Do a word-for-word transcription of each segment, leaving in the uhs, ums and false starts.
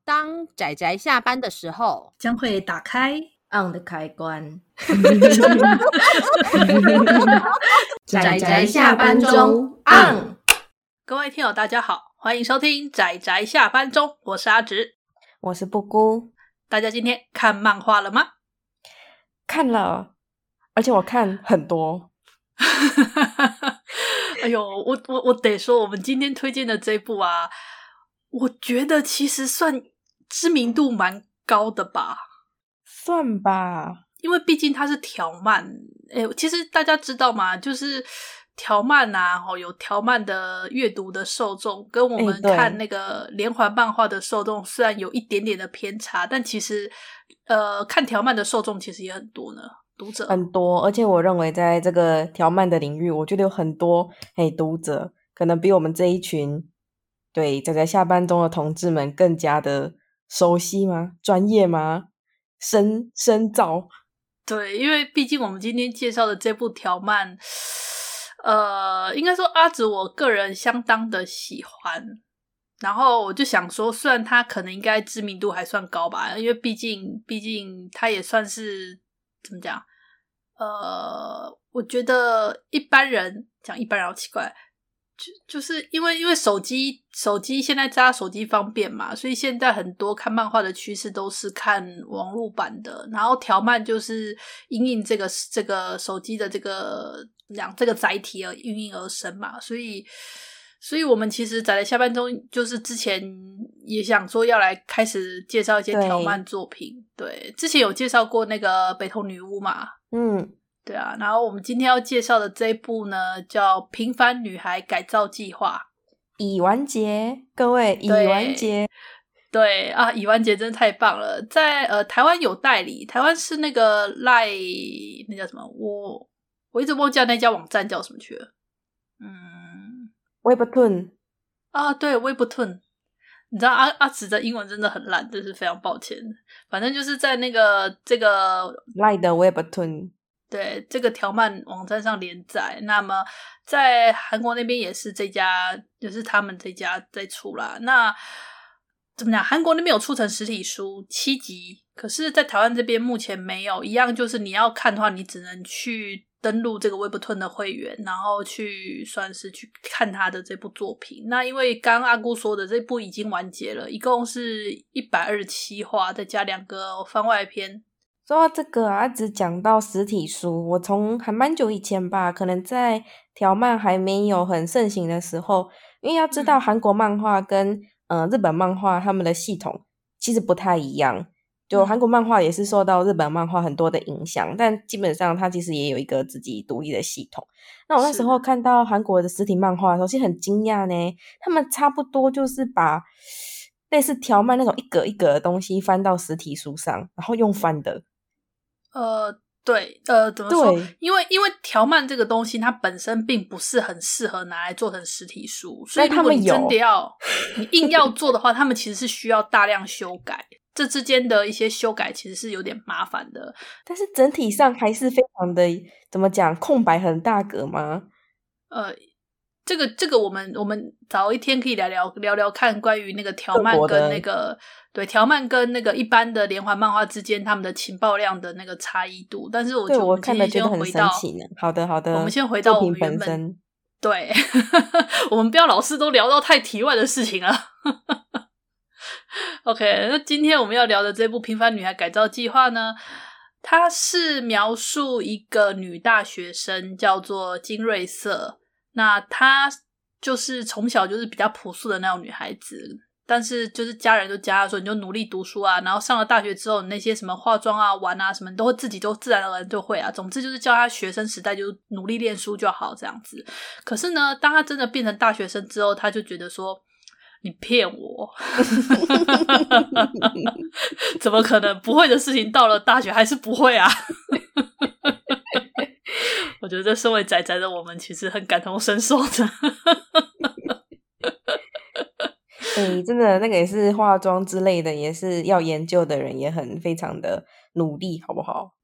当宅宅下班的时候， 将会打开 on 的开关。 宅宅下班中 on。 各位听友大家好，欢迎收听宅宅下班中，我是阿直， 我是布姑。 大家今天看漫画了吗？ 看了，而且我看很多。 哎呦，我我我得说，我们今天推荐的这部啊，我觉得其实算知名度蛮高的吧。 算吧， 因为毕竟它是条漫。诶，其实大家知道吗？就是条漫啊，哦，有条漫的阅读的受众，跟我们看那个连环漫画的受众虽然有一点点的偏差，但其实呃，看条漫的受众其实也很多呢，读者很多。而且我认为在这个条漫的领域，我觉得有很多嘿读者可能比我们这一群对宅宅下班中的同志们更加的熟悉吗？专业吗？深深造。 对，因为毕竟我们今天介绍的这部条漫，呃，应该说阿紫我个人相当的喜欢，然后我就想说，虽然它可能应该知名度还算高吧，因为毕竟毕竟它也算是怎么讲，呃，我觉得一般人讲一般人好奇怪。就就是因为因为手机手机现在大家手机方便嘛，所以现在很多看漫画的趋势都是看网络版的，然后条漫就是因应这个这个手机的这个讲这个载体而应运而生嘛，所以所以我们其实在下半中就是之前也想说要来开始介绍一些条漫作品， 对, 对，之前有介绍过那个北投女巫嘛， 嗯。 对啊，然后我们今天要介绍的这一部呢，叫《平凡女孩改造计划》。 已完结，各位已完结。 对啊，已完结真的太棒了。在呃台湾有代理，台湾是那个赖那叫什么？我我一直忘记那家网站叫什么去了。嗯 ，Webtoon 啊，对 Webtoon。你知道阿阿紫的英文真的很烂，真是非常抱歉。反正就是在那个这个赖的 Webtoon。 对，这个条漫网站上连载，那么在韩国那边也是这家，就是他们这家在出啦。那怎么讲？韩国那边有出成实体书七集，可是在台湾这边目前没有。一样就是你要看的话，你只能去登录这个 Webtoon 的会员，然后去算是去看他的这部作品。那因为刚刚阿姑说的这部已经完结了，一共是一百二十七话，再加两个番外篇。 说到这个啊，只讲到实体书，我从还蛮久以前吧，可能在条漫还没有很盛行的时候，因为要知道韩国漫画跟、嗯、呃日本漫画他们的系统其实不太一样，就韩国漫画也是受到日本漫画很多的影响，但基本上它其实也有一个自己独立的系统。那我那时候看到韩国的实体漫画的时候，其实很惊讶呢，他们差不多就是把类似条漫那种一格一格的东西翻到实体书上，然后用翻的。 呃，对，呃，怎么说？因为因为条漫这个东西，它本身并不是很适合拿来做成实体书，所以如果你真的要你硬要做的话，他们其实是需要大量修改，这之间的一些修改其实是有点麻烦的。 但是整体上还是非常的怎么讲，空白很大格吗？ 呃。这个这个我们我们早一天可以聊聊聊聊看关于那个条漫跟那个对条漫跟那个一般的连环漫画之间他们的情报量的那个差异度，但是我觉得我们今天先回到好的好的， 我们先回到我们原本对我们不要老是都聊到太题外的事情了OK， 那今天我们要聊的这部《平凡女孩改造计划》呢，它是描述一个女大学生叫做金瑞瑟，那她就是从小就是比较朴素的那种女孩子，但是就是家人就教她说你就努力读书啊，然后上了大学之后你那些什么化妆啊玩啊什么你都会自己就自然而然就会啊，总之就是教她学生时代就努力练书就好这样子。可是呢当她真的变成大学生之后，她就觉得说你骗我怎么可能不会的事情到了大学还是不会啊我觉得这身为宅宅的我们其实很感同身受的欸，真的那个也是化妆之类的也是要研究的人也很非常的努力好不好？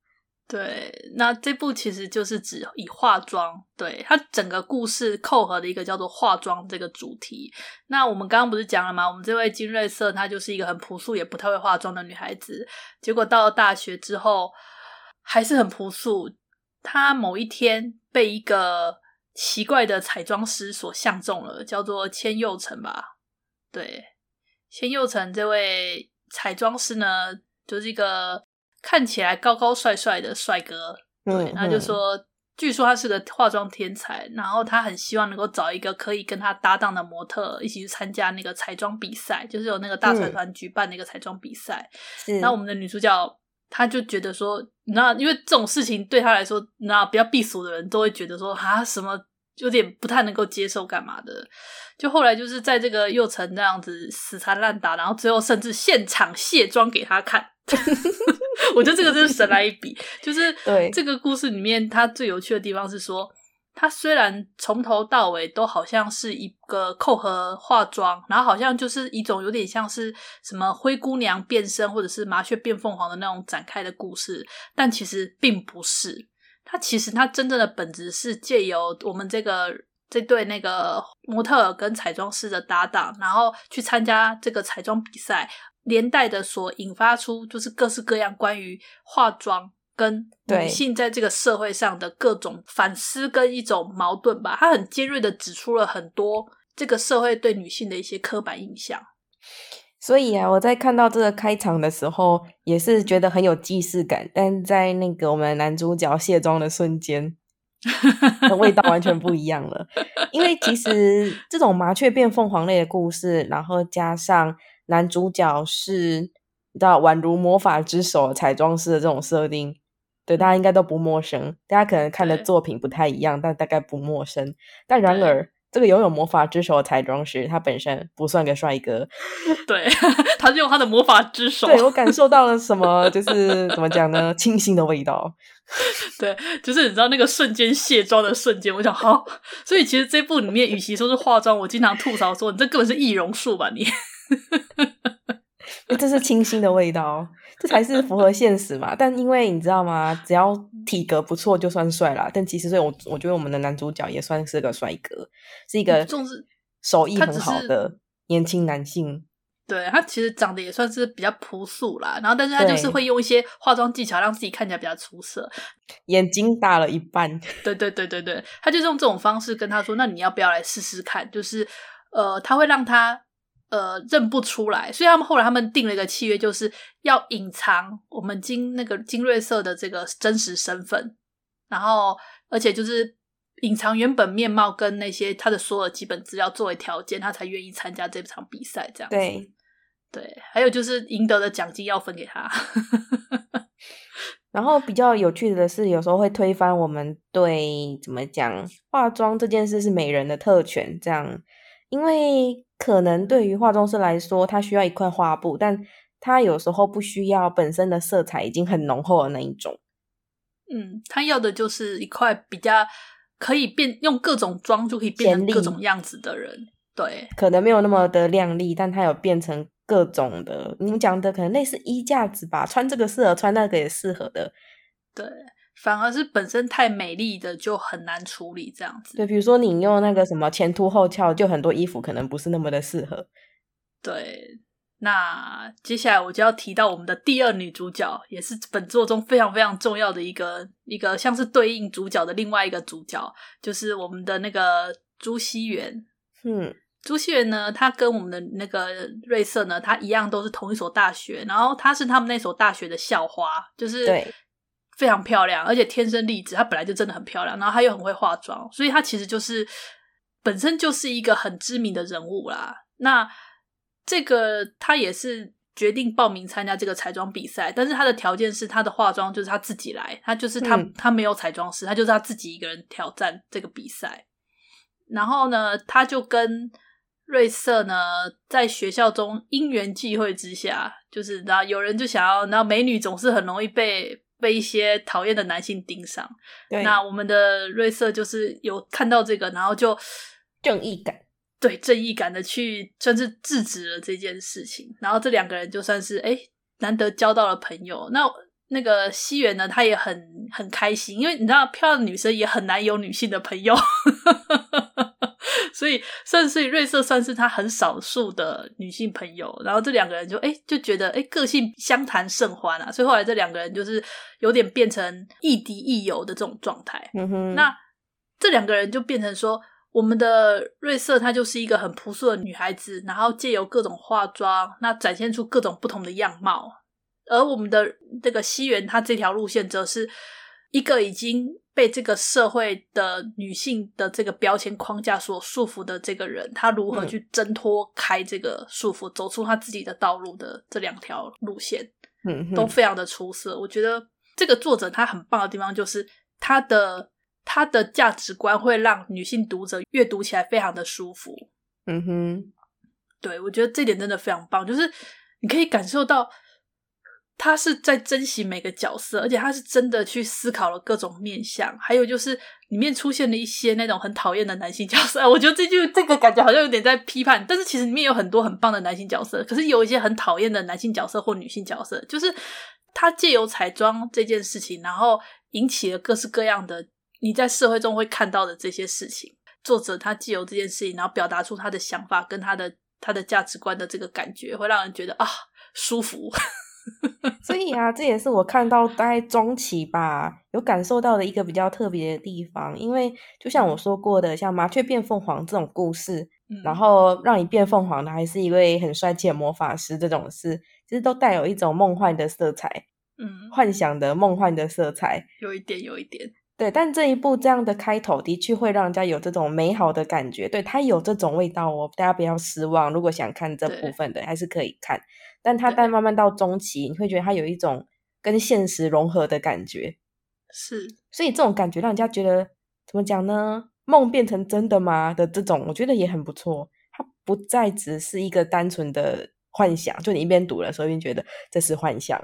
对，那这部其实就是指以化妆，对，它整个故事扣合的一个叫做化妆这个主题。那我们刚刚不是讲了吗？我们这位金瑞瑟她就是一个很朴素也不太会化妆的女孩子，结果到了大学之后还是很朴素。她某一天被一个奇怪的彩妆师所相中了，叫做千佑成吧。对，千佑成这位彩妆师呢，就是一个看起来高高帅帅的帅哥，对，他就说据说他是个化妆天才，然后他很希望能够找一个可以跟他搭档的模特一起去参加那个彩妆比赛，就是有那个大财团举办的一个彩妆比赛。然后我们的女主角她就觉得说，你知道，因为这种事情对她来说，你知道比较避俗的人都会觉得说啊什么有点不太能够接受干嘛的。就后来就是在这个佑成那样子死缠烂打，然后最后甚至现场卸妆给他看。我觉得这个真是神来一笔，就是这个故事里面它最有趣的地方是说，它虽然从头到尾都好像是一个扣合化妆，然后好像就是一种有点像是什么灰姑娘变身或者是麻雀变凤凰的那种展开的故事，但其实并不是。它其实它真正的本质是借由我们这个这对那个模特跟彩妆师的搭档，然后去参加这个彩妆比赛，连带的所引发出就是各式各样关于化妆跟女性在这个社会上的各种反思跟一种矛盾吧。他很尖锐的指出了很多这个社会对女性的一些刻板印象。 所以啊，我在看到这个开场的时候也是觉得很有既视感，但在那个我们男主角卸妆的瞬间的味道完全不一样了。因为其实这种麻雀变凤凰类的故事，然后加上男主角是你知道宛如魔法之手彩妆师的这种设定，对大家应该都不陌生。大家可能看的作品不太一样，但大概不陌生。但然而这个拥有魔法之手的彩妆师他本身不算个帅哥， 对，他是用他的魔法之手。 对，我感受到了什么就是怎么讲呢，清新的味道。 对，就是你知道那个瞬间卸妆的瞬间，我想好，所以其实这部里面与其说是化妆，我经常吐槽说你这根本是易容术吧你。 这是清新的味道，这才是符合现实嘛。但因为你知道吗，只要体格不错就算帅啦。但其实所以我我觉得我们的男主角也算是个帅哥，是一个手艺很好的年轻男性。 对，他其实长得也算是比较朴素啦，然后但是他就是会用一些化妆技巧让自己看起来比较出色， 眼睛大了一半。 对对对对对，他就是用这种方式跟他说，那你要不要来试试看，就是呃，他会让他呃认不出来，所以他们后来他们定了一个契约，就是要隐藏我们金那个金瑞瑟的这个真实身份，然后而且就是隐藏原本面貌跟那些他的所有基本资料作为条件，他才愿意参加这场比赛这样子。 对对，还有就是赢得的奖金要分给他。 然后比较有趣的是，有时候会推翻我们对怎么讲化妆这件事是美人的特权这样，因为可能对于化妆师来说，他需要一块画布，但他有时候不需要本身的色彩已经很浓厚的那一种。 嗯，他要的就是一块比较可以变用各种妆就可以变成各种样子的人。对， 可能没有那么的亮丽，但它有变成各种的，你们讲的可能类似衣架子吧，穿这个适合，穿那个也适合的。 对，反而是本身太美丽的就很难处理这样子。 对，比如说你用那个什么前凸后翘，就很多衣服可能不是那么的适合。 对，那接下来我就要提到我们的第二女主角，也是本作中非常非常重要的一个一个像是对应主角的另外一个主角，就是我们的那个朱熙元。 嗯。 朱熙元呢，他跟我们的那个瑞瑟呢，他一样都是同一所大学，然后他是他们那所大学的校花，就是非常漂亮，而且天生丽质，她本来就真的很漂亮，然后她又很会化妆，所以她其实就是本身就是一个很知名的人物啦。那这个她也是决定报名参加这个彩妆比赛，但是她的条件是她的化妆就是她自己来，她就是她她、嗯、没有彩妆师，她就是她自己一个人挑战这个比赛。然后呢，她就跟瑞瑟呢在学校中因缘际会之下，就是然后有人就想要，然后美女总是很容易被被一些讨厌的男性盯上，那我们的瑞瑟就是有看到这个，然后就正义感， 对正义感的去甚至制止了这件事情，然后这两个人就算是诶难得交到了朋友。那那个西元呢，他也很很开心，因为你知道漂亮的女生也很难有女性的朋友所以算是瑞瑟算是他很少数的女性朋友，然后这两个人就诶就觉得诶个性相谈甚欢啊，所以后来这两个人就是有点变成亦敌亦友的这种状态。 嗯哼， 那这两个人就变成说，我们的瑞瑟她就是一个很朴素的女孩子，然后借由各种化妆，那展现出各种不同的样貌，而我们的这个西元她这条路线则是一个已经被这个社会的女性的这个标签框架所束缚的这个人，她如何去挣脱开这个束缚，走出她自己的道路的这两条路线嗯哼， 都非常的出色。我觉得这个作者他很棒的地方就是他的他的价值观会让女性读者阅读起来非常的舒服。 嗯哼， 对，我觉得这点真的非常棒，就是你可以感受到他是在珍惜每个角色，而且他是真的去思考了各种面向，还有就是里面出现了一些那种很讨厌的男性角色。我觉得这句这个感觉好像有点在批判，但是其实里面有很多很棒的男性角色，可是有一些很讨厌的男性角色或女性角色，就是他借由彩妆这件事情，然后引起了各式各样的你在社会中会看到的这些事情。作者他借由这件事情，然后表达出他的想法跟他的他的价值观的这个感觉，会让人觉得啊舒服。 所以啊，这也是我看到大概中期吧，有感受到的一个比较特别的地方。因为就像我说过的，像麻雀变凤凰这种故事， 嗯、 然后让你变凤凰的还是一位很帅气的魔法师，这种事其实都带有一种梦幻的色彩， 嗯， 幻想的梦幻的色彩， 有一点有一点对。但这一部这样的开头的确会让人家有这种美好的感觉，对，它有这种味道哦，大家不要失望，如果想看这部分的还是可以看，但它但慢慢到中期你会觉得它有一种跟现实融合的感觉， 是， 所以这种感觉让人家觉得怎么讲呢，梦变成真的吗的这种我觉得也很不错，它不再只是一个单纯的幻想，就你一边读的时候一边觉得这是幻想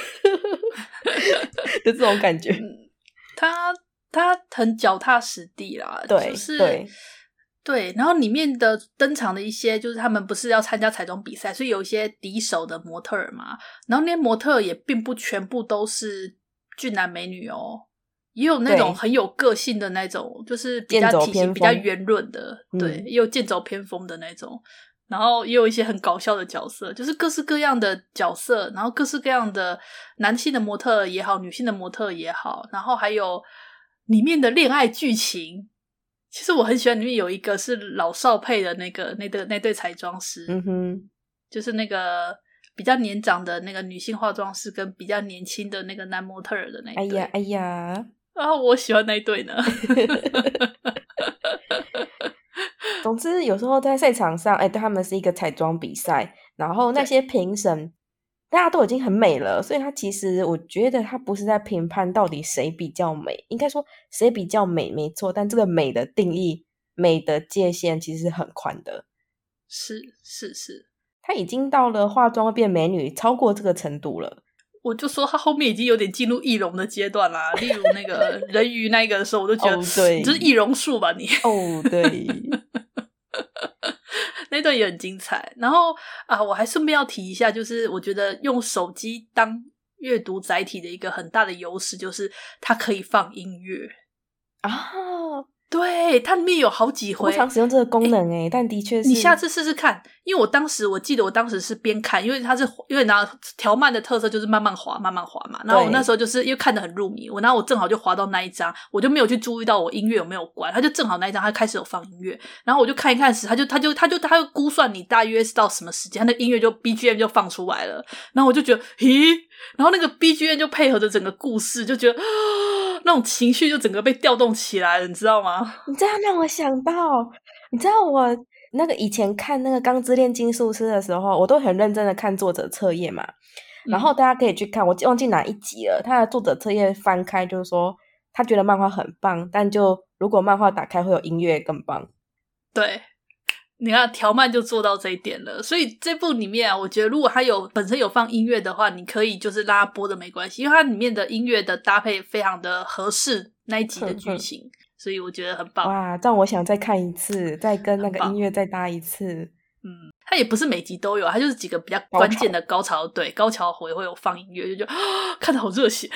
的这种感觉、 嗯、他他很脚踏实地啦， 对、 就是对对，然后里面的登场的一些就是他们不是要参加彩妆比赛，所以有一些敌手的模特儿嘛，然后那些模特儿也并不全部都是俊男美女哦，也有那种很有个性的那种，就是比较体型比较圆润的，对、嗯、也有剑走偏锋的那种，然后也有一些很搞笑的角色，就是各式各样的角色，然后各式各样的男性的模特儿也好，女性的模特儿也好，然后还有里面的恋爱剧情，其实我很喜欢里面有一个是老少配的那个那对那对彩妆师， 嗯哼， 就是那个比较年长的那个女性化妆师跟比较年轻的那个男模特儿的那一对， 哎呀哎呀， 啊，我喜欢那一对呢。 总之有时候在赛场上，哎，他们是一个彩妆比赛，然后那些评审大家都已经很美了，所以他其实我觉得他不是在评判到底谁比较美，应该说谁比较美没错，但这个美的定义，美的界限其实是很宽的， 是是是， 他已经到了化妆变美女超过这个程度了， 我就说他后面已经有点进入易容的阶段啦，例如那个人鱼那个的时候我都觉得、 哦、对， 你就是易容术吧你哦对那段也很精彩。然后啊，我还顺便要提一下，就是我觉得用手机当阅读载体的一个很大的优势就是它可以放音乐啊， 对，它里面有好几回不常使用这个功能诶、欸、但的确是你下次试试看，因为我当时我记得我当时是边看，因为它是因为拿条漫的特色就是慢慢滑慢慢滑嘛，然后我那时候就是因为看得很入迷，我然后我正好就滑到那一张，我就没有去注意到我音乐有没有关，它就正好那一张它开始有放音乐，然后我就看一看时，它就它就它就它就估算你大约是到什么时间，它的音乐就 B G M 就放出来了，然后我就觉得咦，然后那个 B G M 就配合着整个故事，就觉得那种情绪就整个被调动起来了，你知道吗？ 你这样让我想到，你知道我那个以前看那个《钢之炼金术师》的时候，我都很认真的看作者册页嘛、嗯、然后大家可以去看，我忘记哪一集了，他的作者册页翻开就是说他觉得漫画很棒，但就如果漫画打开会有音乐更棒， 对，你看条漫就做到这一点了，所以这部里面啊，我觉得如果它有本身有放音乐的话，你可以就是让它播的没关系，因为它里面的音乐的搭配非常的合适那一集的剧情，呵呵，所以我觉得很棒。 哇，这样我想再看一次，再跟那个音乐再搭一次。 嗯， 它也不是每集都有，它就是几个比较关键的高潮，对，高潮回会有放音乐，就觉得、啊、看得好热血。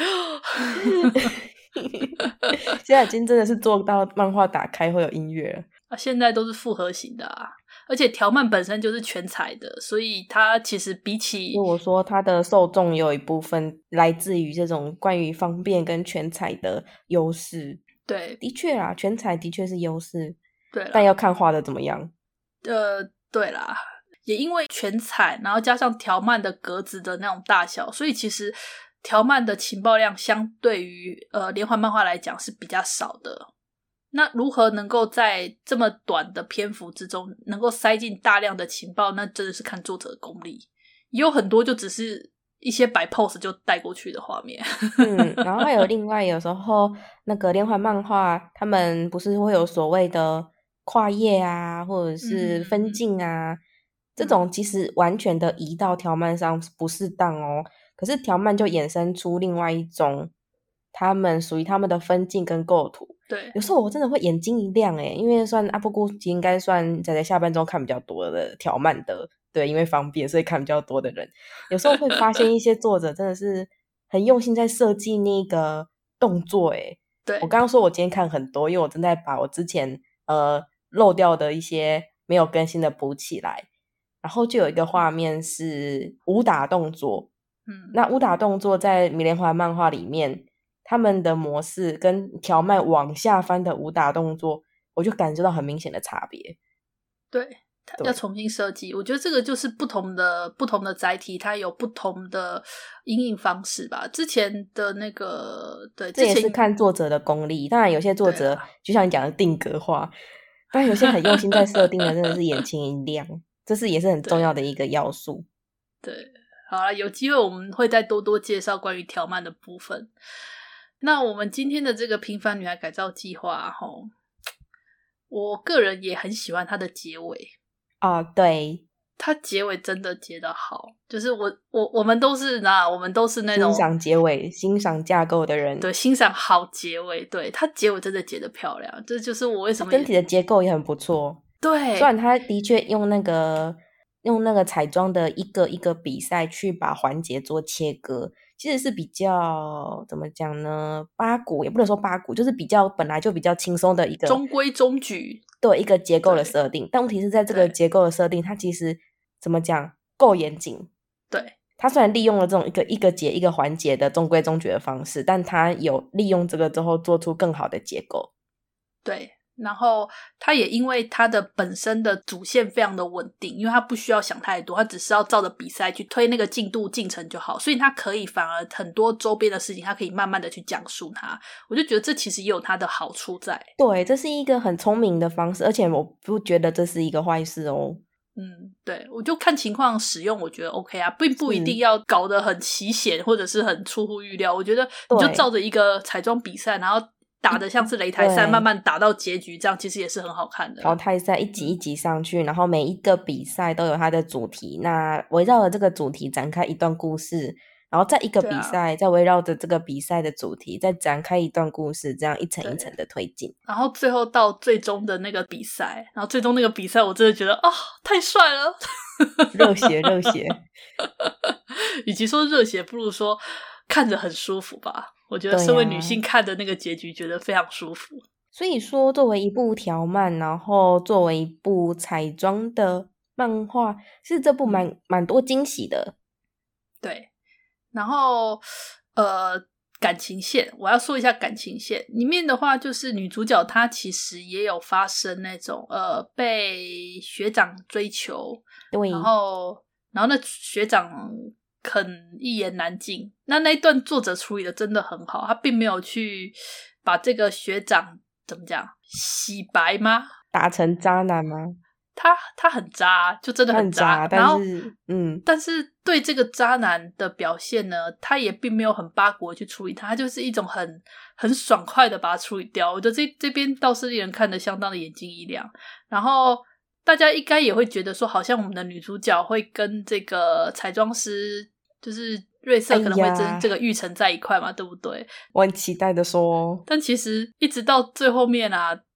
现在已经真的是做到漫画打开会有音乐了啊，现在都是复合型的啊，而且条漫本身就是全彩的，所以它其实比起我说它的受众有一部分来自于这种关于方便跟全彩的优势。 对， 的确啦，全彩的确是优势， 对啦， 但要看画的怎么样。 呃，对啦，也因为全彩，然后加上条漫的格子的那种大小，所以其实条漫的情报量相对于呃连环漫画来讲是比较少的。那如何能够在这么短的篇幅之中能够塞进大量的情报，那真的是看作者的功力。也有很多就只是一些摆 pose 就带过去的画面。 嗯，然后还有另外有时候那个连环漫画他们不是会有所谓的跨页啊或者是分镜啊、嗯、这种其实完全的移到条漫上不适当哦，可是条漫就衍生出另外一种他们属于他们的分镜跟构图。 对， 有时候我真的会眼睛一亮诶，因为算阿布姑应该算在在下班中看比较多的条漫的，对，因为方便所以看比较多的人，有时候会发现一些作者真的是很用心在设计那个动作诶。 对， 我刚刚说我今天看很多，因为我正在把我之前呃漏掉的一些没有更新的补起来，然后就有一个画面是武打动作，嗯，那武打动作在米连环漫画里面他们的模式跟条漫往下翻的武打动作我就感受到很明显的差别。 对，要重新设计，我觉得这个就是不同的不同的载体它有不同的因应方式吧。之前的那个对， 这也是看作者的功力，当然有些作者、啊、就像你讲的定格化，但有些很用心在设定的真的是眼睛一亮，这是也是很重要的一个要素。 对, 对，好啦，有机会我们会再多多介绍关于条漫的部分。那我们今天的这个平凡女孩改造计划齁，我个人也很喜欢它的结尾哦，对， 它结尾真的结得好，就是我我我们都是那我们都是那种欣赏结尾欣赏架构的人， 对，欣赏好结尾，对，它结尾真的结得漂亮，这就是我为什么整体的结构也很不错。 对， 虽然他的确用那个用那个彩妆的一个一个比赛去把环节做切割，其实是比较怎么讲呢，八股也不能说八股，就是比较本来就比较轻松的一个中规中矩， 对，一个结构的设定。但问题是在这个结构的设定它其实怎么讲够严谨。 对， 他虽然利用了这种一个一个节一个环节的中规中矩的方式，但他有利用这个之后做出更好的结构。 对，然后他也因为他的本身的主线非常的稳定，因为他不需要想太多，他只是要照着比赛去推那个进度进程就好，所以他可以反而很多周边的事情他可以慢慢的去讲述它，我就觉得这其实也有它的好处在。 对，这是一个很聪明的方式，而且我不觉得这是一个坏事哦。 嗯，对，我就看情况使用，我觉得 OK 啊，并不一定要搞得很奇险或者是很出乎预料，我觉得你就照着一个彩妆比赛，然后打得像是擂台赛，慢慢打到结局，这样其实也是很好看的。 淘汰赛一集一集上去，然后每一个比赛都有它的主题，那围绕着这个主题展开一段故事，然后再一个比赛、啊、再围绕着这个比赛的主题再展开一段故事，这样一层一层的推进， 然后最后到最终的那个比赛，然后最终那个比赛我真的觉得啊、哦，太帅了， 热血热血与其说热血不如说看着很舒服吧，我觉得身为女性看的那个结局觉得非常舒服、啊、 所以说作为一部条漫，然后作为一部彩妆的漫画，是这部蛮蛮多惊喜的。 对，然后呃感情线，我要说一下感情线里面的话，就是女主角她其实也有发生那种呃被学长追求， 对， 然后然后那学长肯一言难尽，那那一段作者处理的真的很好，他并没有去把这个学长怎么讲洗白吗？ 打成渣男吗？ 他他很渣，就真的很渣， 很渣， 然后但是嗯， 但是对这个渣男的表现呢，他也并没有很八股的去处理他，他就是一种很很爽快的把它处理掉。我觉得这这边倒是令人看得相当的眼睛一亮。然后大家应该也会觉得说，好像我们的女主角会跟这个彩妆师，就是瑞瑟可能会跟这个玉成在一块嘛、哎、对不对？ 我很期待的说， 但其实一直到最后面啊，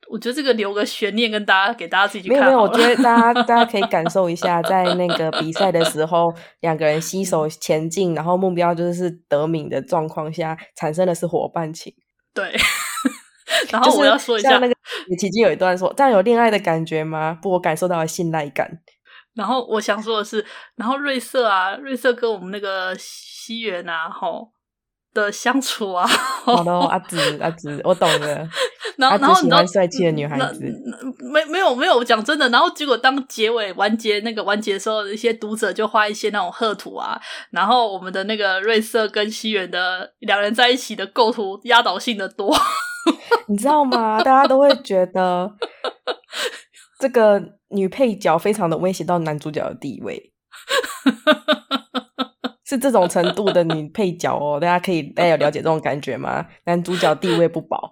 我觉得这个留个悬念跟大家给大家自己去看没有没有，我好了。 觉得大家大家可以感受一下，在那个比赛的时候，两个人携手前进，然后目标就是得名的状况下，产生的是伙伴情。 对，然后我要说一下， 就是像那个奇迹有一段说，这样有恋爱的感觉吗？不，我感受到了信赖感。 然后我想说的是，然后瑞瑟啊，瑞瑟跟我们那个西元啊，吼的相处啊， 好的，阿紫阿紫，我懂了。 然后， 阿紫喜然后你知道欢帅气的女孩子， 没没有没有讲真的。然后结果当结尾完结那个完结的时候，一些读者就画一些那种贺图啊，然后我们的那个瑞瑟跟西元的两人在一起的构图压倒性的多， 你知道吗？大家都会觉得这个女配角非常的威胁到男主角的地位。是这种程度的女配角哦，大家可以大家有了解这种感觉吗？男主角地位不保。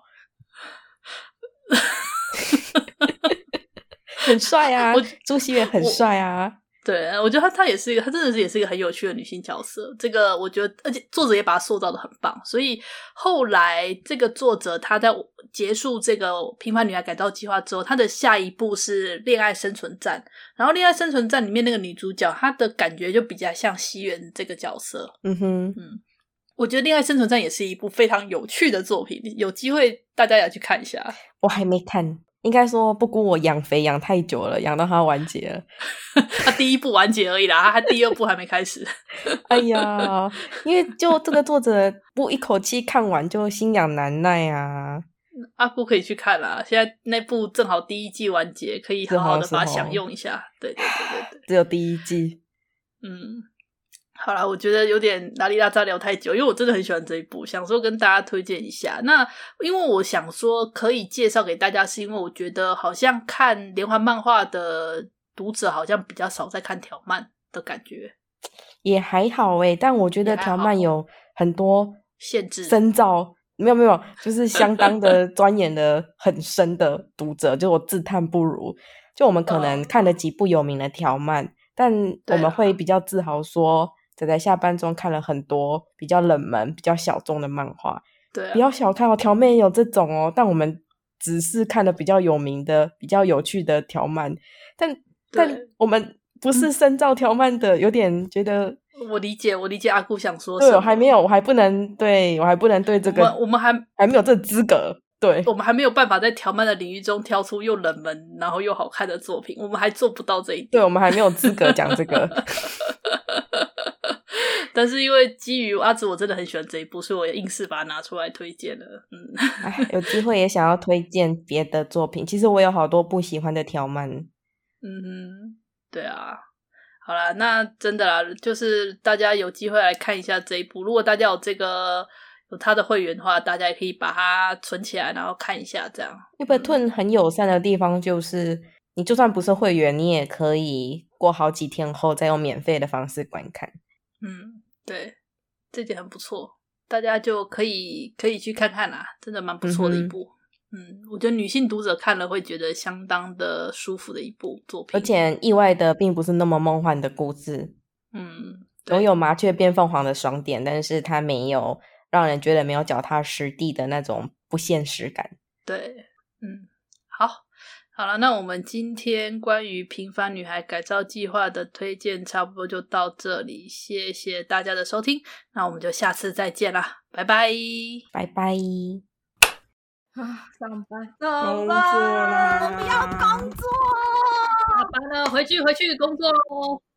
很帅啊，朱熙元很帅啊。 对，我觉得他他也是一个，他真的是也是一个很有趣的女性角色。这个我觉得，而且作者也把她塑造的很棒。所以后来这个作者他在结束这个《平凡女孩改造计划》之后，他的下一部是《恋爱生存战》。然后《恋爱生存战》里面那个女主角，她的感觉就比较像西元这个角色。 嗯哼， 嗯，我觉得《恋爱生存战》也是一部非常有趣的作品，有机会大家也去看一下。 我还没看。应该说不顾我养肥养太久了，养到它完结了。 他第一部完结而已啦，他第二部还没开始。 哎呀，因为就这个作者不一口气看完就心痒难耐啊。 阿布可以去看啦，现在那部正好第一季完结，可以好好的把它享用一下。对对对对对， 只有第一季。 嗯。好啦，我觉得有点拉里拉扎聊太久，因为我真的很喜欢这一部，想说跟大家推荐一下。那因为我想说可以介绍给大家，是因为我觉得好像看连环漫画的读者好像比较少在看条漫的感觉。 也还好诶，但我觉得条漫有很多限制深造，没有没有，就是相当的钻研的很深的读者，就我自叹不如。就我们可能看了几部有名的条漫，但我们会比较自豪说仔仔下班中看了很多比较冷门比较小众的漫画。 对、啊， 不要小看哦，条漫也有这种哦，但我们只是看了比较有名的比较有趣的条漫，但但我们不是深造条漫的，有点觉得我理解我理解阿顾想说什么。 对，我还没有我还不能对我还不能对这个我们我们还还没有这资格，对， 我们还没有办法在条漫的领域中挑出又冷门然后又好看的作品，我们还做不到这一点。 对，我们还没有资格讲这个。 但是因为基于阿紫我真的很喜欢这一部，所以我也硬是把它拿出来推荐了。嗯， 唉，有机会也想要推荐别的作品，其实我有好多不喜欢的条漫。 嗯，对啊。好啦，那真的啦，就是大家有机会来看一下这一部。如果大家有这个有他的会员的话，大家也可以把它存起来，然后看一下这样。 Webtoon 很友善的地方就是，你就算不是会员，你也可以过好几天后再用免费的方式观看。 嗯，对，这点很不错，大家就可以可以去看看啦，真的蛮不错的一部。嗯, 嗯，我觉得女性读者看了会觉得相当的舒服的一部作品， 而且意外的并不是那么梦幻的故事。 嗯， 都有麻雀变凤凰的爽点，但是它没有让人觉得没有脚踏实地的那种不现实感。 对，嗯，好。好了，那我们今天关于平凡女孩改造计划的推荐差不多就到这里，谢谢大家的收听，那我们就下次再见啦，拜拜， 拜拜。 啊，上班， 工作啦， 我不要工作， 下班了，回去回去工作咯。